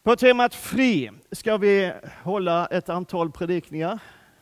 På temat fri ska vi hålla ett antal predikningar.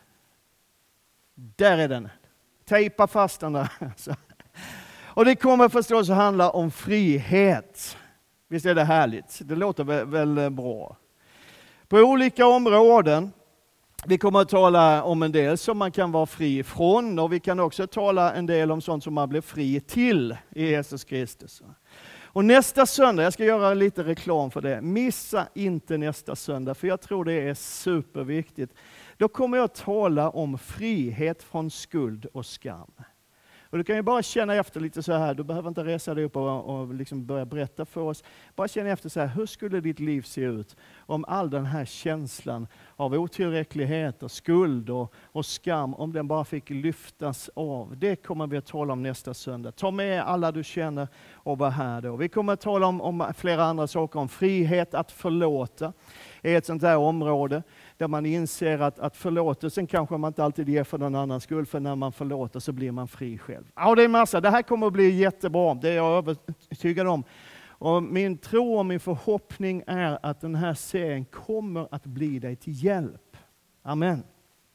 Där är den. Tejpa fast den där. Och det kommer förstås att handla om frihet. Visst är det härligt? Det låter väl bra. På olika områden. Vi kommer att tala om en del som man kan vara fri ifrån. Och vi kan också tala en del om sånt som man blir fri till i Jesus Kristus. Och nästa söndag, jag ska göra lite reklam för det. Missa inte nästa söndag, för jag tror det är superviktigt. Då kommer jag att tala om frihet från skuld och skam. Och du kan ju bara känna efter lite så här, du behöver inte resa dig upp och liksom börja berätta för oss. Bara känna efter så här, hur skulle ditt liv se ut om all den här känslan av otillräcklighet och skuld och skam, om den bara fick lyftas av. Det kommer vi att tala om nästa söndag. Ta med alla du känner och var här då. Vi kommer att tala om flera andra saker, om frihet att förlåta. Är ett sånt här område där man inser att förlåtelsen kanske man inte alltid ger för någon annans skull, för när man förlåter så blir man fri själv. Ja, det är massa. Det här kommer att bli jättebra, det är jag övertygad om. Och min tro och min förhoppning är att den här serien kommer att bli dig till hjälp. Amen.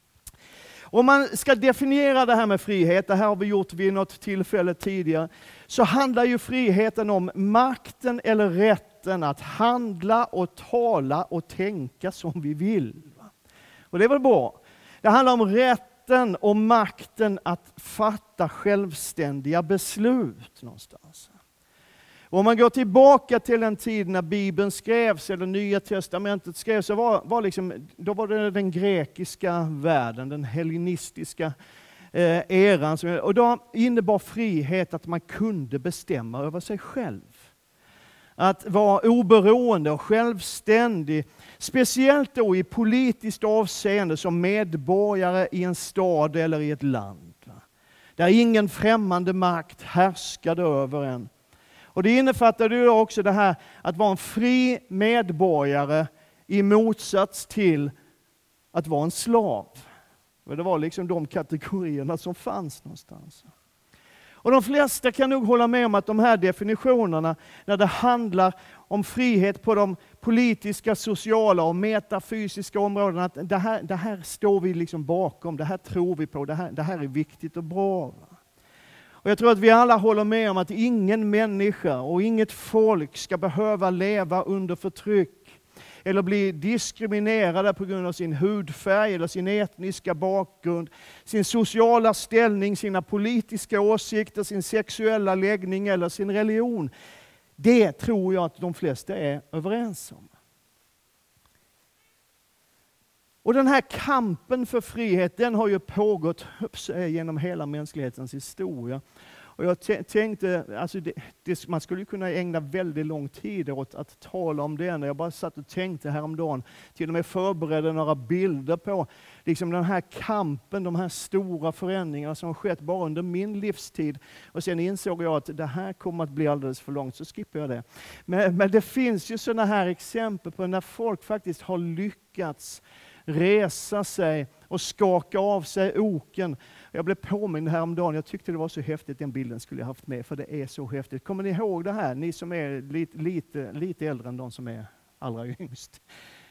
Om man ska definiera det här med frihet, det här har vi gjort vid något tillfälle tidigare, så handlar ju friheten om makten eller rätten att handla och tala och tänka som vi vill. Och det är väl bra. Det handlar om rätten och makten att fatta självständiga beslut någonstans. Och om man går tillbaka till den tid när Bibeln skrevs, eller Nya testamentet skrevs, så då var det den grekiska världen, den hellenistiska eran. Och då innebar frihet att man kunde bestämma över sig själv. Att vara oberoende och självständig, speciellt då i politiskt avseende som medborgare i en stad eller i ett land. Där ingen främmande makt härskade över en. Och det innefattar ju också det här att vara en fri medborgare i motsats till att vara en slav. Och det var liksom de kategorierna som fanns någonstans. Och de flesta kan nog hålla med om att de här definitionerna, när det handlar om frihet på de politiska, sociala och metafysiska områdena, att det här står vi liksom bakom, det här tror vi på, det här är viktigt och bra. Och jag tror att vi alla håller med om att ingen människa och inget folk ska behöva leva under förtryck eller bli diskriminerade på grund av sin hudfärg eller sin etniska bakgrund, sin sociala ställning, sina politiska åsikter, sin sexuella läggning eller sin religion. Det tror jag att de flesta är överens om. Och den här kampen för frihet, den har ju pågått genom hela mänsklighetens historia. Och jag tänkte, alltså man skulle kunna ägna väldigt lång tid åt att tala om det. Jag bara satt och tänkte häromdagen, till och med förberedde några bilder på liksom den här kampen, de här stora förändringarna som har skett bara under min livstid. Och sen insåg jag att det här kommer att bli alldeles för långt, så skippar jag det. Men det finns ju sådana här exempel på när folk faktiskt har lyckats resa sig och skaka av sig oken. Jag blev påmind häromdagen, jag tyckte det var så häftigt, den bilden skulle jag haft med, för det är så häftigt. Kommer ni ihåg det här, ni som är lite äldre än de som är allra yngst?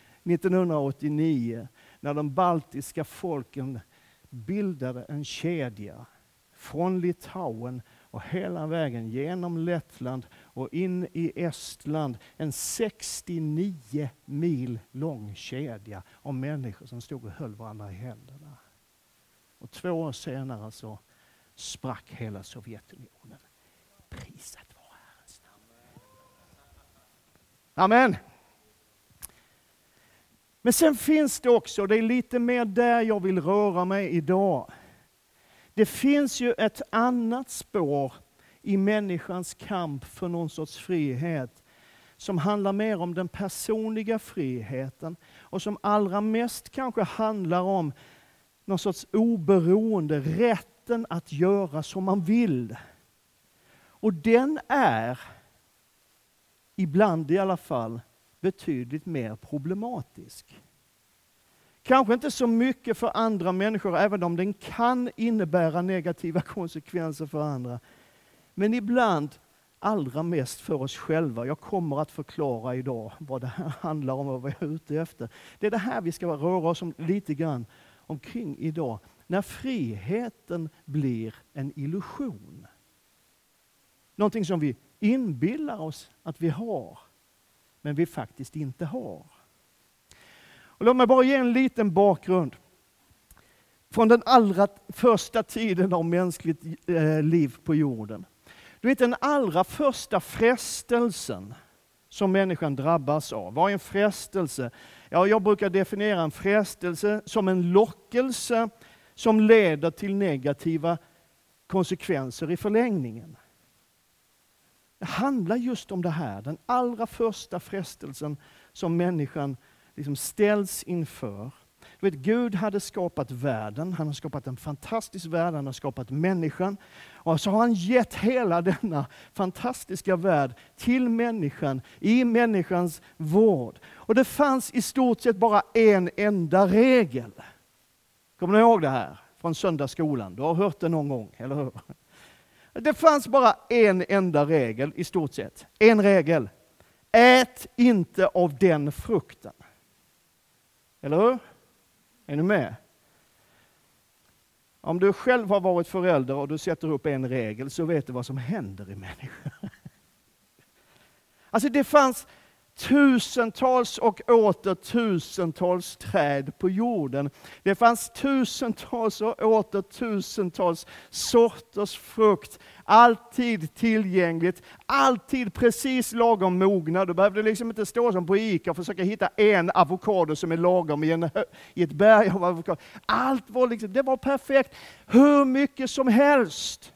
1989, när de baltiska folken bildade en kedja från Litauen och hela vägen genom Lettland och in i Estland. En 69 mil lång kedja av människor som stod och höll varandra i händerna. Och 2 år senare så sprack hela Sovjetunionen. Prisat vare Herrens namn. Amen. Men sen finns det också, det är lite mer där jag vill röra mig idag. Det finns ju ett annat spår i människans kamp för någon sorts frihet som handlar mer om den personliga friheten och som allra mest kanske handlar om någon sorts oberoende, rätten att göra som man vill. Och den är, ibland i alla fall, betydligt mer problematisk. Kanske inte så mycket för andra människor, även om den kan innebära negativa konsekvenser för andra. Men ibland allra mest för oss själva. Jag kommer att förklara idag vad det här handlar om och vad jag är ute efter. Det är det här vi ska röra oss om lite grann omkring idag. När friheten blir en illusion. Någonting som vi inbillar oss att vi har, men vi faktiskt inte har. Och låt mig bara ge en liten bakgrund. Från den allra första tiden av mänskligt liv på jorden. Du vet, den allra första frestelsen som människan drabbas av. Vad är en frestelse? Ja, jag brukar definiera en frestelse som en lockelse som leder till negativa konsekvenser i förlängningen. Det handlar just om det här. Den allra första frestelsen som människan liksom ställs inför. Du vet, Gud hade skapat världen. Han har skapat en fantastisk värld. Han har skapat människan. Och så har han gett hela denna fantastiska värld till människan i människans vård. Och det fanns i stort sett bara en enda regel. Kommer ni ihåg det här från söndagsskolan? Du har hört det någon gång, eller hur? Det fanns bara en enda regel i stort sett. En regel. Ät inte av den frukten. Eller hur? Är ni med? Om du själv har varit förälder och du sätter upp en regel så vet du vad som händer i människan. Alltså det fanns tusentals och åter tusentals träd på jorden. Det fanns tusentals och åter tusentals sorters frukt. Alltid tillgängligt, alltid precis lagom mogna. Du behövde liksom inte stå som på Ica och försöka hitta en avokado som är lagom i ett berg av avokado. Allt var liksom, det var perfekt. Hur mycket som helst.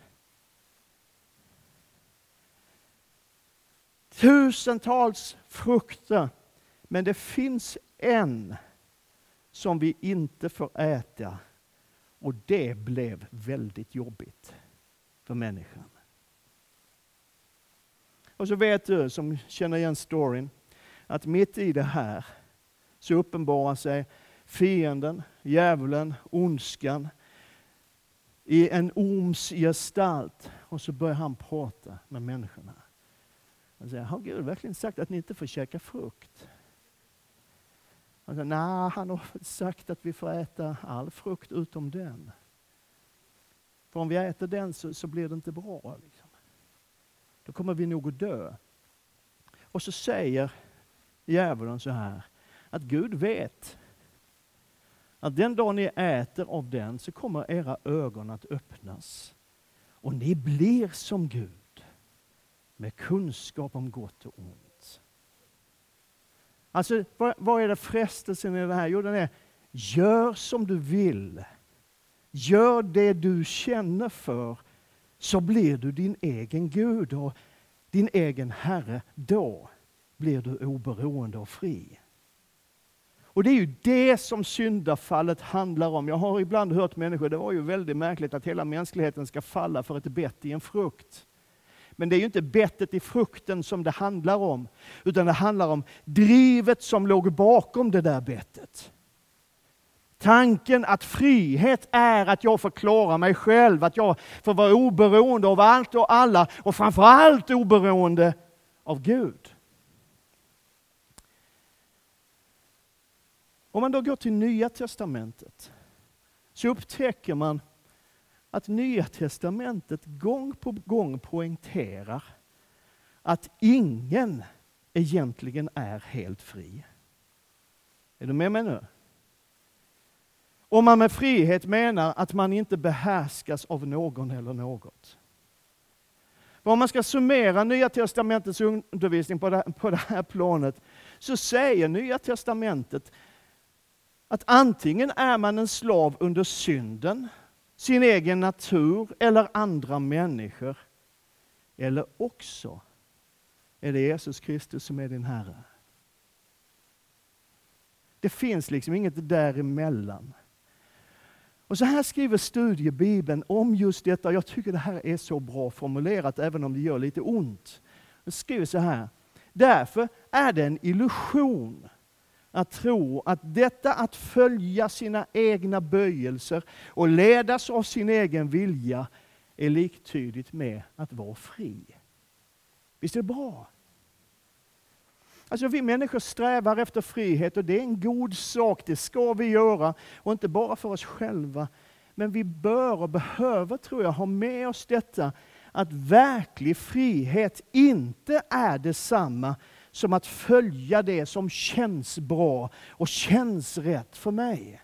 Tusentals frukter. Men det finns en som vi inte får äta. Och det blev väldigt jobbigt för människan. Och så vet du som känner igen storyn att mitt i det här så uppenbarar sig fienden, djävulen, ondskan i en orms gestalt. Och så börjar han prata med människorna. Han säger, har Gud verkligen sagt att ni inte får käka frukt? Han säger, nej, han har sagt att vi får äta all frukt utom den. För om vi äter den så blir det inte bra. Liksom. Då kommer vi nog att dö. Och så säger djävulen så här, att Gud vet att den dag ni äter av den så kommer era ögon att öppnas. Och ni blir som Gud. Med kunskap om gott och ont. Alltså, vad är det frestelsen i det här? Jo, den är, gör som du vill. Gör det du känner för. Så blir du din egen Gud och din egen Herre. Då blir du oberoende och fri. Och det är ju det som syndafallet handlar om. Jag har ibland hört människor, det var ju väldigt märkligt att hela mänskligheten ska falla för ett bett i en frukt. Men det är ju inte bettet i frukten som det handlar om. Utan det handlar om drivet som låg bakom det där bettet. Tanken att frihet är att jag får klara mig själv. Att jag får vara oberoende av allt och alla. Och framförallt oberoende av Gud. Om man då går till Nya testamentet. Så upptäcker man att Nya testamentet gång på gång poängterar att ingen egentligen är helt fri. Är du med mig nu? Om man med frihet menar att man inte behärskas av någon eller något. Om man ska summera Nya testamentets undervisning på det här planet så säger Nya testamentet att antingen är man en slav under synden, sin egen natur eller andra människor. Eller också är det Jesus Kristus som är din Herre. Det finns liksom inget däremellan. Och så här skriver studiebibeln om just detta. Jag tycker det här är så bra formulerat även om det gör lite ont. Det skriver så här. Därför är det en illusion att tro att detta att följa sina egna böjelser och ledas av sin egen vilja är liktydigt med att vara fri. Visst är det bra? Alltså vi människor strävar efter frihet och det är en god sak, det ska vi göra. Och inte bara för oss själva. Men vi bör och behöver, tror jag, ha med oss detta. Att verklig frihet inte är detsamma som att följa det som känns bra och känns rätt för mig.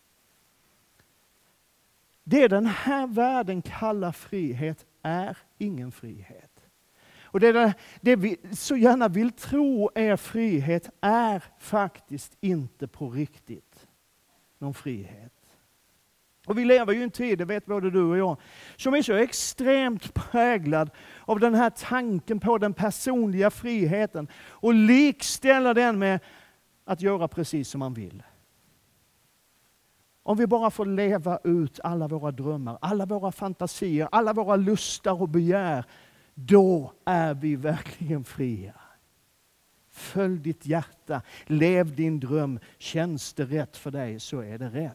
Det den här världen kallar frihet är ingen frihet. Och det vi så gärna vill tro är frihet är faktiskt inte på riktigt någon frihet. Och vi lever ju i en tid, det vet både du och jag, som är så extremt präglad av den här tanken på den personliga friheten och likställer den med att göra precis som man vill. Om vi bara får leva ut alla våra drömmar, alla våra fantasier, alla våra lustar och begär, då är vi verkligen fria. Följ ditt hjärta, lev din dröm, känns det rätt för dig så är det rätt.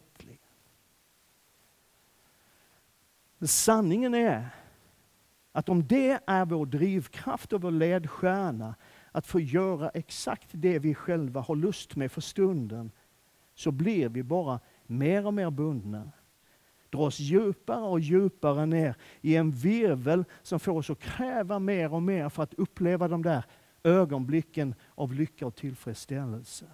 Sanningen är att om det är vår drivkraft och vår ledstjärna att få göra exakt det vi själva har lust med för stunden, så blir vi bara mer och mer bundna. Dras djupare och djupare ner i en virvel som får oss att kräva mer och mer för att uppleva de där ögonblicken av lycka och tillfredsställelse.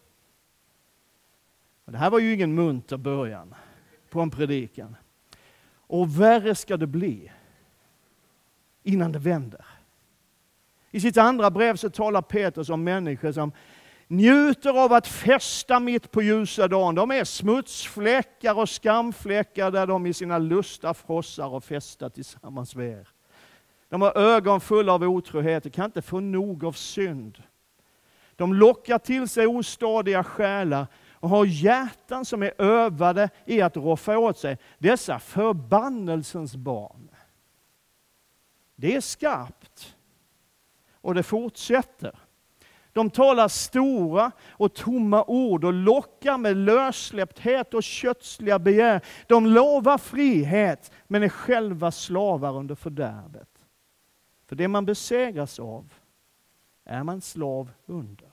Och det här var ju ingen munter början på en predikan. Och värre ska det bli innan det vänder. I sitt andra brev så talar Petrus om människor som njuter av att festa mitt på ljusa dagen. De är smutsfläckar och skamfläckar där de i sina lustar frossar och festar tillsammans med er. De har ögon fulla av otrohet och kan inte få nog av synd. De lockar till sig ostadiga själar och har hjärtan som är övade i att roffa åt sig dessa förbannelsens barn. Det är skarpt. Och det fortsätter. De talar stora och tomma ord och lockar med lössläppthet och kötsliga begär. De lovar frihet men är själva slavar under fördärvet. För det man besegras av är man slav under.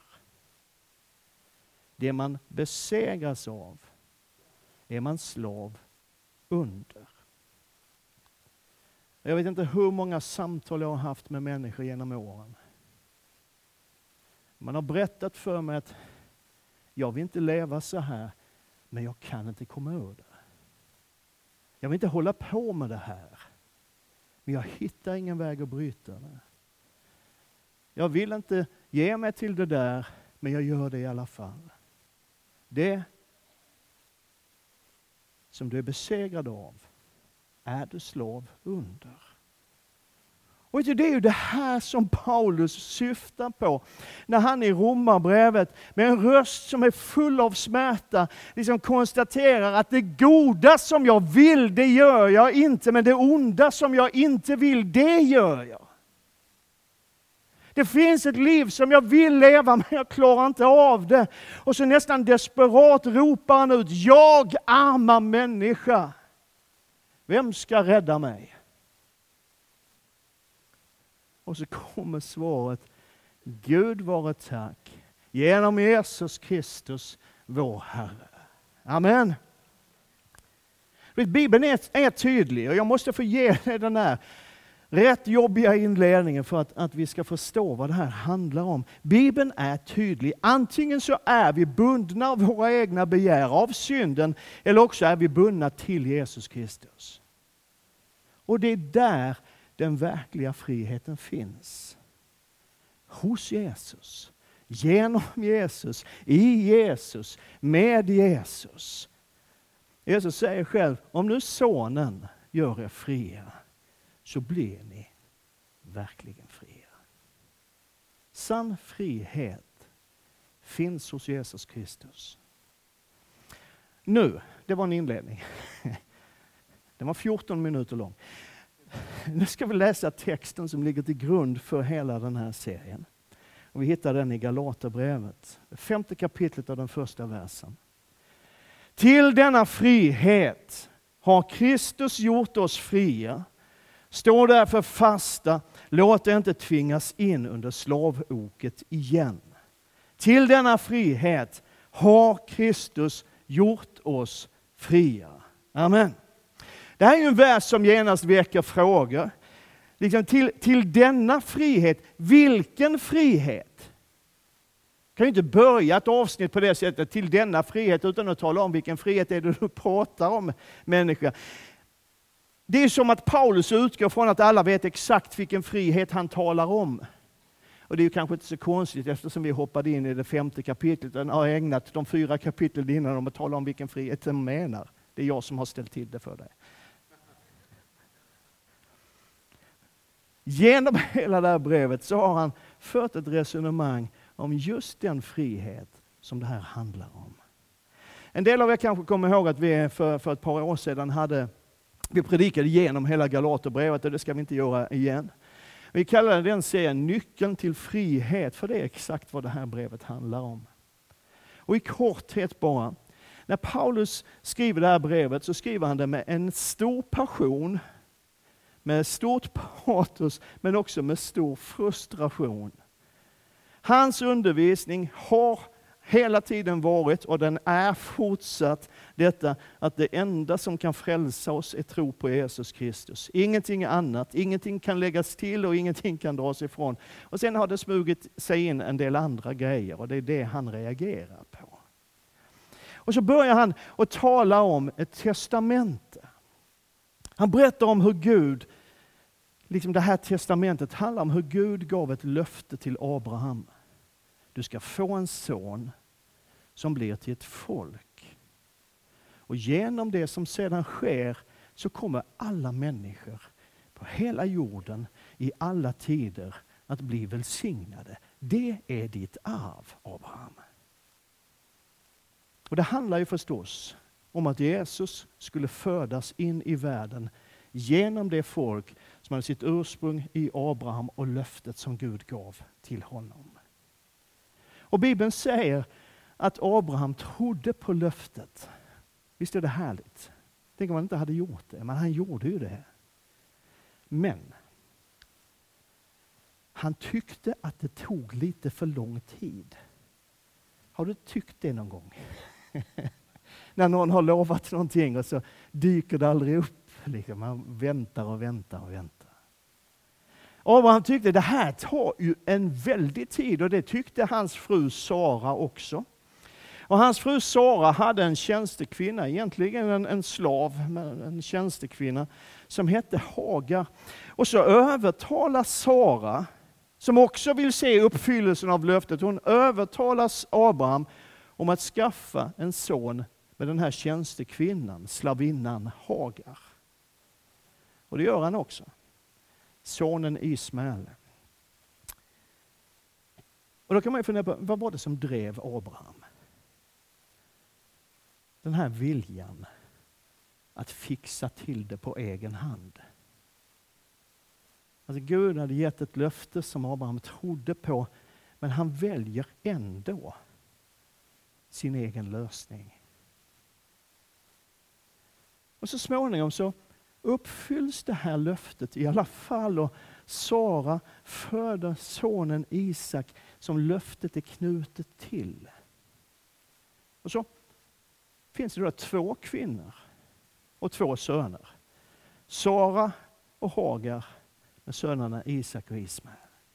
Det man besegras av är man slav under. Jag vet inte hur många samtal jag har haft med människor genom åren. Man har berättat för mig att jag vill inte leva så här, men jag kan inte komma ur det. Jag vill inte hålla på med det här, men jag hittar ingen väg att bryta det. Jag vill inte ge mig till det där, men jag gör det i alla fall. Det som du är besegrad av är du slav under. Och det är ju det här som Paulus syftar på när han i Romarbrevet med en röst som är full av smärta liksom konstaterar att det goda som jag vill, det gör jag inte, men det onda som jag inte vill, det gör jag. Det finns ett liv som jag vill leva, men jag klarar inte av det. Och så nästan desperat ropar han ut: jag arma människa, vem ska rädda mig? Och så kommer svaret: Gud vare tack, genom Jesus Kristus vår Herre. Amen. Bibeln är tydlig och jag måste få ge dig den här rätt jobbiga inledningen för att vi ska förstå vad det här handlar om. Bibeln är tydlig. Antingen så är vi bundna av våra egna begär, av synden, eller också är vi bundna till Jesus Kristus. Och det är där den verkliga friheten finns. Hos Jesus, genom Jesus, i Jesus, med Jesus. Jesus säger själv: om nu sonen gör er fria, så blir ni verkligen fria. Sann frihet finns hos Jesus Kristus. Nu, det var en inledning. Den var 14 minuter lång. Nu ska vi läsa texten som ligger till grund för hela den här serien. Och vi hittar den i Galaterbrevet, 5:e kapitlet av den första versen. Till denna frihet har Kristus gjort oss fria. Stå därför fasta, låt er inte tvingas in under slavoket igen. Till denna frihet har Kristus gjort oss fria. Amen. Det här är ju en vers som genast väcker frågor. Liksom till denna frihet, vilken frihet? Kan ju inte börja ett avsnitt på det sättet, till denna frihet, utan att tala om vilken frihet är det du pratar om, människa. Det är som att Paulus utgår från att alla vet exakt vilken frihet han talar om. Och det är ju kanske inte så konstigt eftersom vi hoppade in i det 5:e kapitlet och har ägnat de 4 kapitlen innan om att tala om vilken frihet de menar. Det är jag som har ställt till det för dig. Genom hela det här brevet så har han fört ett resonemang om just den frihet som det här handlar om. En del av er kanske kommer ihåg att vi för ett par år sedan vi predikade igenom hela Galaterbrevet, och det ska vi inte göra igen. Vi kallar den serien Nyckeln till frihet, för det är exakt vad det här brevet handlar om. Och i korthet bara, när Paulus skriver det här brevet så skriver han det med en stor passion, med stort patos, men också med stor frustration. Hans undervisning har hela tiden varit, och den är fortsatt, detta att det enda som kan frälsa oss är tro på Jesus Kristus. Ingenting annat, ingenting kan läggas till och ingenting kan dras ifrån. Och sen har det smugit sig in en del andra grejer, och det är det han reagerar på. Och så börjar han att tala om ett testamente. Han berättar om hur Gud, liksom det här testamentet handlar om hur Gud gav ett löfte till Abraham. Du ska få en son som blir till ett folk. Och genom det som sedan sker så kommer alla människor på hela jorden i alla tider att bli välsignade. Det är ditt arv, Abraham. Och det handlar ju förstås om att Jesus skulle födas in i världen genom det folk som hade sitt ursprung i Abraham och löftet som Gud gav till honom. Och Bibeln säger att Abraham trodde på löftet. Visst är det härligt? Tänk om han inte hade gjort det, men han gjorde ju det. Men han tyckte att det tog lite för lång tid. Har du tyckt det någon gång? När någon har lovat någonting och så dyker det aldrig upp. Liksom. Man väntar och väntar och väntar. Abraham tyckte att det här tar ju en väldig tid, och det tyckte hans fru Sara också. Och hans fru Sara hade en tjänstekvinna, egentligen en slav, men en tjänstekvinna som hette Hagar. Och så övertalar Sara, som också vill se uppfyllelsen av löftet, hon övertalas Abraham om att skaffa en son med den här tjänstekvinnan, slavinnan Hagar. Och det gör han också. Sonen Ismael. Och då kan man ju fundera på, vad var det som drev Abraham? Den här viljan att fixa till det på egen hand. Alltså Gud hade gett ett löfte som Abraham trodde på, men han väljer ändå sin egen lösning. Och så småningom så uppfylls det här löftet i alla fall, och Sara föder sonen Isak som löftet är knutet till. Och så finns det då 2 kvinnor och 2 söner. Sara och Hagar med sönerna Isak och Ismael.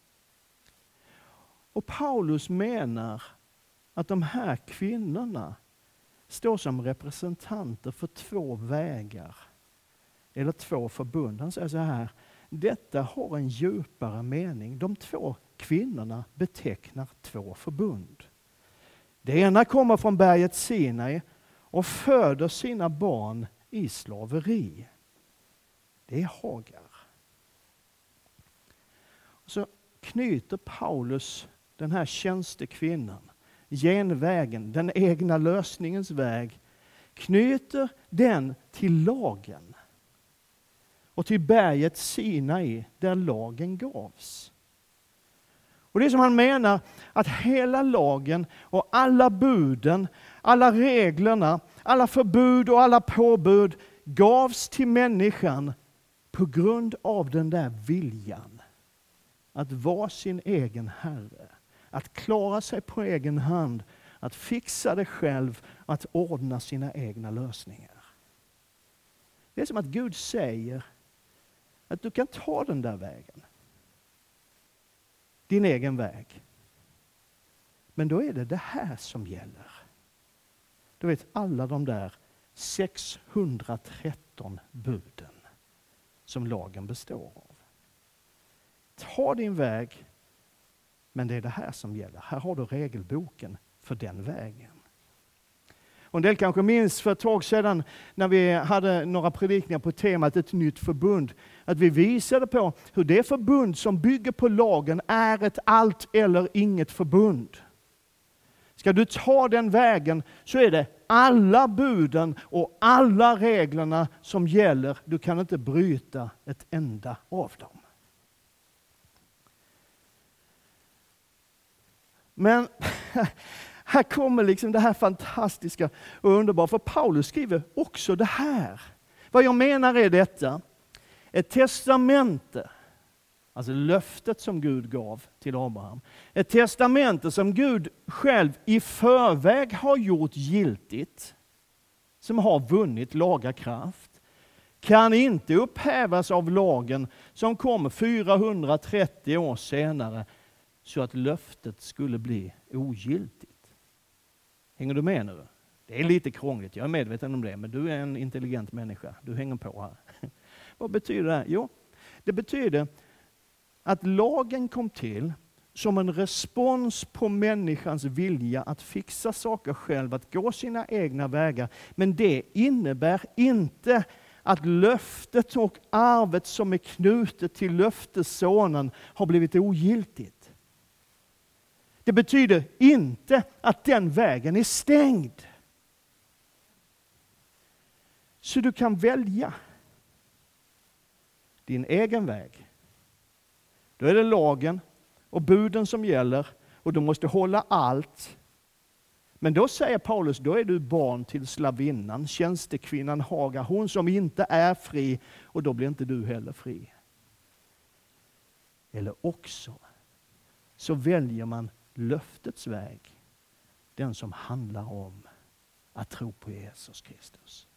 Och Paulus menar att de här kvinnorna står som representanter för 2 vägar eller 2 förbund. Han säger så här, detta har en djupare mening. De 2 kvinnorna betecknar 2 förbund. Det ena kommer från berget Sinai och föder sina barn i slaveri. Det är Hagar. Och så knyter Paulus den här tjänstekvinnan, genvägen, den egna lösningens väg, knyter den till lagen och till berget Sinai där lagen gavs. Och det är som han menar att hela lagen och alla buden, alla reglerna, alla förbud och alla påbud gavs till människan på grund av den där viljan att vara sin egen herre, att klara sig på egen hand, att fixa det själv, att ordna sina egna lösningar. Det är som att Gud säger att du kan ta den där vägen. Din egen väg. Men då är det här som gäller. Du vet alla de där 613 buden som lagen består av. Ta din väg, men det är det här som gäller. Här har du regelboken för den vägen. Och en del kanske minns för ett tag sedan när vi hade några predikningar på temat ett nytt förbund, att vi visade på hur det förbund som bygger på lagen är ett allt eller inget förbund. Ska du ta den vägen så är det alla buden och alla reglerna som gäller. Du kan inte bryta ett enda av dem. Men här kommer liksom det här fantastiska och underbara. För Paulus skriver också det här. Vad jag menar är detta. Ett testamente, alltså löftet som Gud gav till Abraham. Ett testamente som Gud själv i förväg har gjort giltigt. Som har vunnit laga kraft. Kan inte upphävas av lagen som kom 430 år senare. Så att löftet skulle bli ogiltigt. Hänger du med nu? Det är lite krångligt, jag är medveten om det. Men du är en intelligent människa. Du hänger på här. Vad betyder det? Jo, det betyder att lagen kom till som en respons på människans vilja att fixa saker själv, att gå sina egna vägar. Men det innebär inte att löftet och arvet som är knutet till löftessonen har blivit ogiltigt. Det betyder inte att den vägen är stängd. Så du kan välja din egen väg. Då är det lagen och buden som gäller och du måste hålla allt. Men då säger Paulus, då är du barn till slavinnan, tjänstekvinnan Hagar, hon som inte är fri, och då blir inte du heller fri. Eller också så väljer man löftets väg, den som handlar om att tro på Jesus Kristus.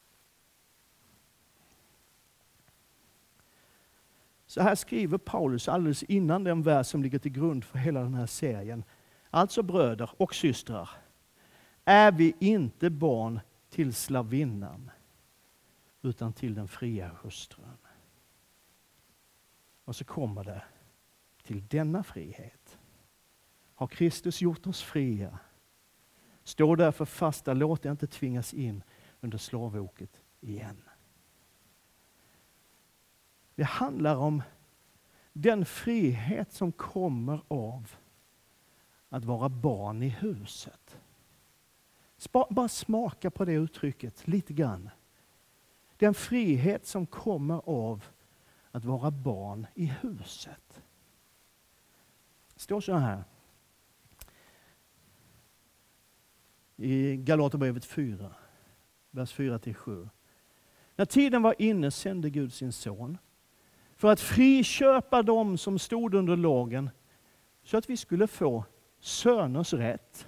Så här skriver Paulus alldeles innan den vers som ligger till grund för hela den här serien. Alltså bröder och systrar, är vi inte barn till slavinnan utan till den fria hustrun. Och så kommer det till denna frihet. Har Kristus gjort oss fria? Stå därför fasta, låt er inte tvingas in under slavoket igen. Det handlar om den frihet som kommer av att vara barn i huset. Bara smaka på det uttrycket lite grann. Den frihet som kommer av att vara barn i huset. Det står så här. I Galaterbrevet 4, vers 4-7. När tiden var inne sände Gud sin son för att friköpa dem som stod under lagen så att vi skulle få söners rätt.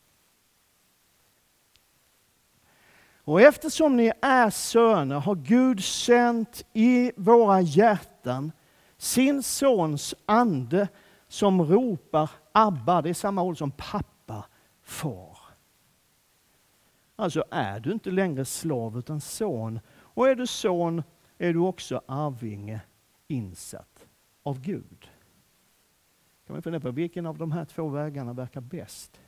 Och eftersom ni är söner har Gud sänt i våra hjärtan sin sons ande som ropar Abba. Det är samma ord som pappa, far. Alltså är du inte längre slav utan son. Och är du son är du också arvinge insatt av Gud. Kan man fundera på vilken av de här två vägarna verkar bäst?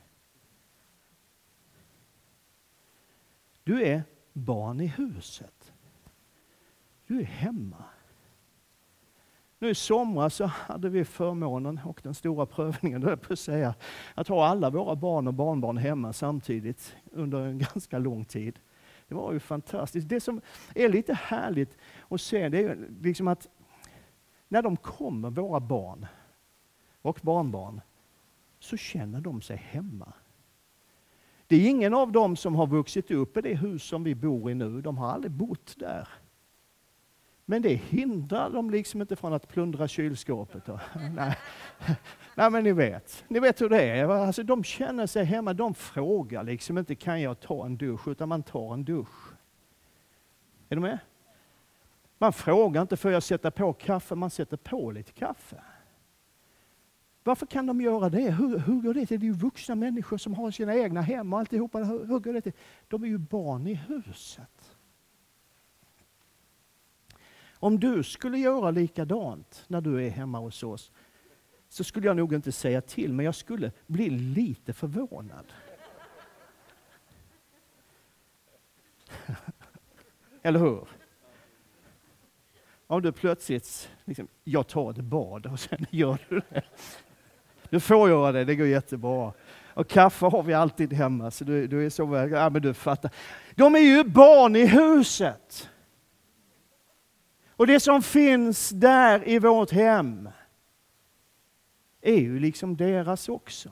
Du är barn i huset. Du är hemma. Nu i somras så hade vi förmånen och den stora prövningen, då på att säga, att ha alla våra barn och barnbarn hemma samtidigt under en ganska lång tid. Det var ju fantastiskt. Det som är lite härligt att se, det är liksom att när de kommer, våra barn och barnbarn, så känner de sig hemma. Det är ingen av dem som har vuxit upp i det hus som vi bor i nu. De har aldrig bott där. Men det hindrar dem liksom inte från att plundra kylskåpet. Nej. Nej, men ni vet hur det är. Alltså, de känner sig hemma, de frågar liksom inte kan jag ta en dusch, utan man tar en dusch. Är du med? Man frågar inte för jag sätter på kaffe, man sätter på lite kaffe. Varför kan de göra det? Hur går det till? Det är ju vuxna människor som har sina egna hem och alltihopa. Hur går det till? De är ju barn i huset. Om du skulle göra likadant när du är hemma hos oss, så skulle jag nog inte säga till, men jag skulle bli lite förvånad. Eller hur? Om du plötsligt, liksom, jag tar ett bad och sen gör du det. Du får göra det går jättebra. Och kaffe har vi alltid hemma, så du är så väl, ja men du fattar. De är ju barn i huset. Och det som finns där i vårt hem är ju liksom deras också.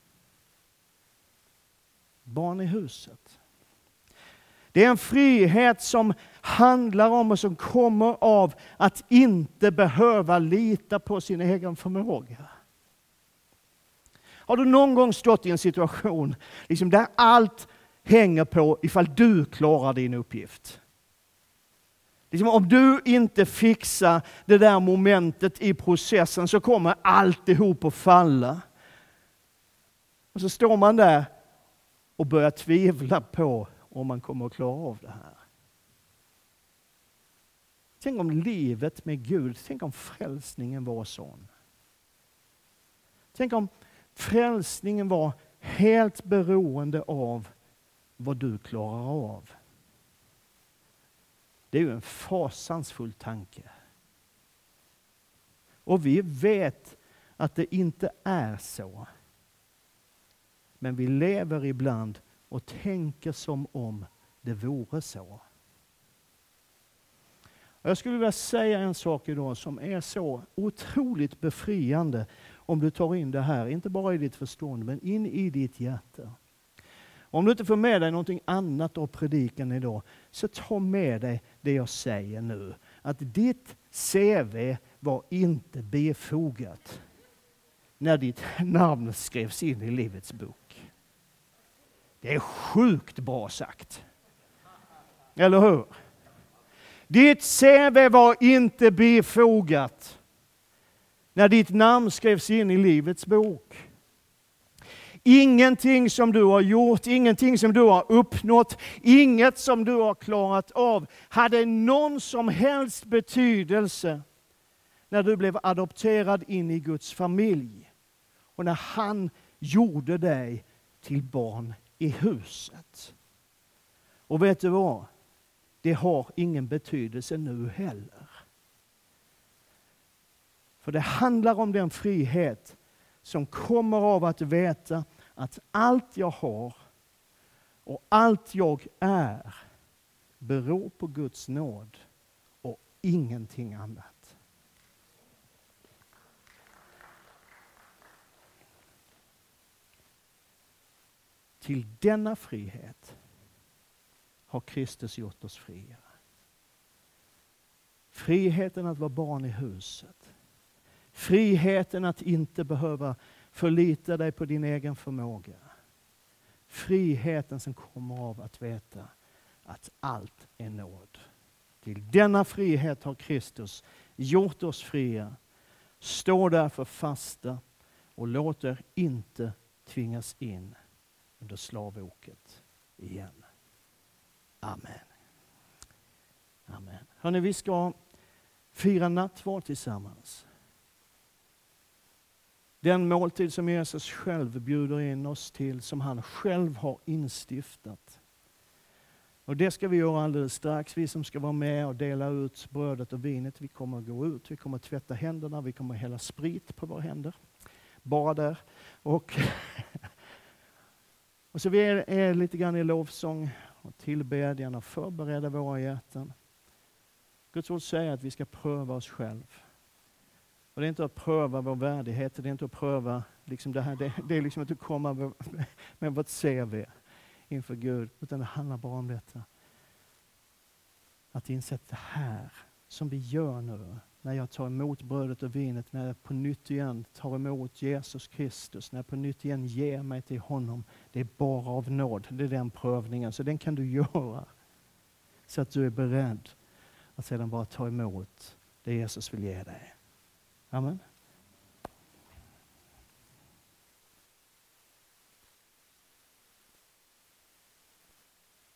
Barn i huset. Det är en frihet som handlar om och som kommer av att inte behöva lita på sin egen förmåga. Har du någon gång stått i en situation liksom där allt hänger på ifall du klarar din uppgift? Liksom om du inte fixar det där momentet i processen så kommer alltihop att falla. Och så står man där och börjar tvivla på om man kommer att klara av det här. Tänk om livet med Gud, tänk om frälsningen var sån. Tänk om frälsningen var helt beroende av vad du klarar av. Det är ju en fasansfull tanke. Och vi vet att det inte är så. Men vi lever ibland och tänker som om det vore så. Och jag skulle vilja säga en sak idag som är så otroligt befriande om du tar in det här, inte bara i ditt förstånd men in i ditt hjärta. Om du inte får med dig någonting annat av predikan idag, så ta med dig det jag säger nu. Att ditt CV var inte befogat när ditt namn skrevs in i livets bok. Det är sjukt bra sagt. Eller hur? Ditt CV var inte befogat när ditt namn skrevs in i livets bok. Ingenting som du har gjort, ingenting som du har uppnått, inget som du har klarat av hade någon som helst betydelse när du blev adopterad in i Guds familj. Och när han gjorde dig till barn i huset. Och vet du vad? Det har ingen betydelse nu heller. För det handlar om den frihet som kommer av att veta att allt jag har och allt jag är beror på Guds nåd och ingenting annat. Till denna frihet har Kristus gjort oss fria. Friheten att vara barn i huset. Friheten att inte behöva förlita dig på din egen förmåga. Friheten som kommer av att veta att allt är nåd. Till denna frihet har Kristus gjort oss fria. Stå därför fasta och låt er inte tvingas in under slavoket igen. Amen. Amen. Hörrni, vi ska fira nattvard tillsammans. Den måltid som Jesus själv bjuder in oss till, som han själv har instiftat. Och det ska vi göra alldeles strax. Vi som ska vara med och dela ut brödet och vinet, vi kommer att gå ut, vi kommer att tvätta händerna, vi kommer att hälla sprit på våra händer. Bara där. Och så vi är lite grann i lovsång och tillbedjan och förbereda våra hjärtan. Guds ord säger att vi ska pröva oss själv. Och det är inte att pröva vår värdighet, det är inte att pröva liksom det här, det är liksom inte att komma med vårt CV inför Gud, utan det handlar bara om detta. Att inse att det här som vi gör nu när jag tar emot brödet och vinet, när jag på nytt igen tar emot Jesus Kristus, när jag på nytt igen ger mig till honom. Det är bara av nåd, det är den prövningen. Så den kan du göra så att du är beredd att sedan bara ta emot det Jesus vill ge dig. Amen.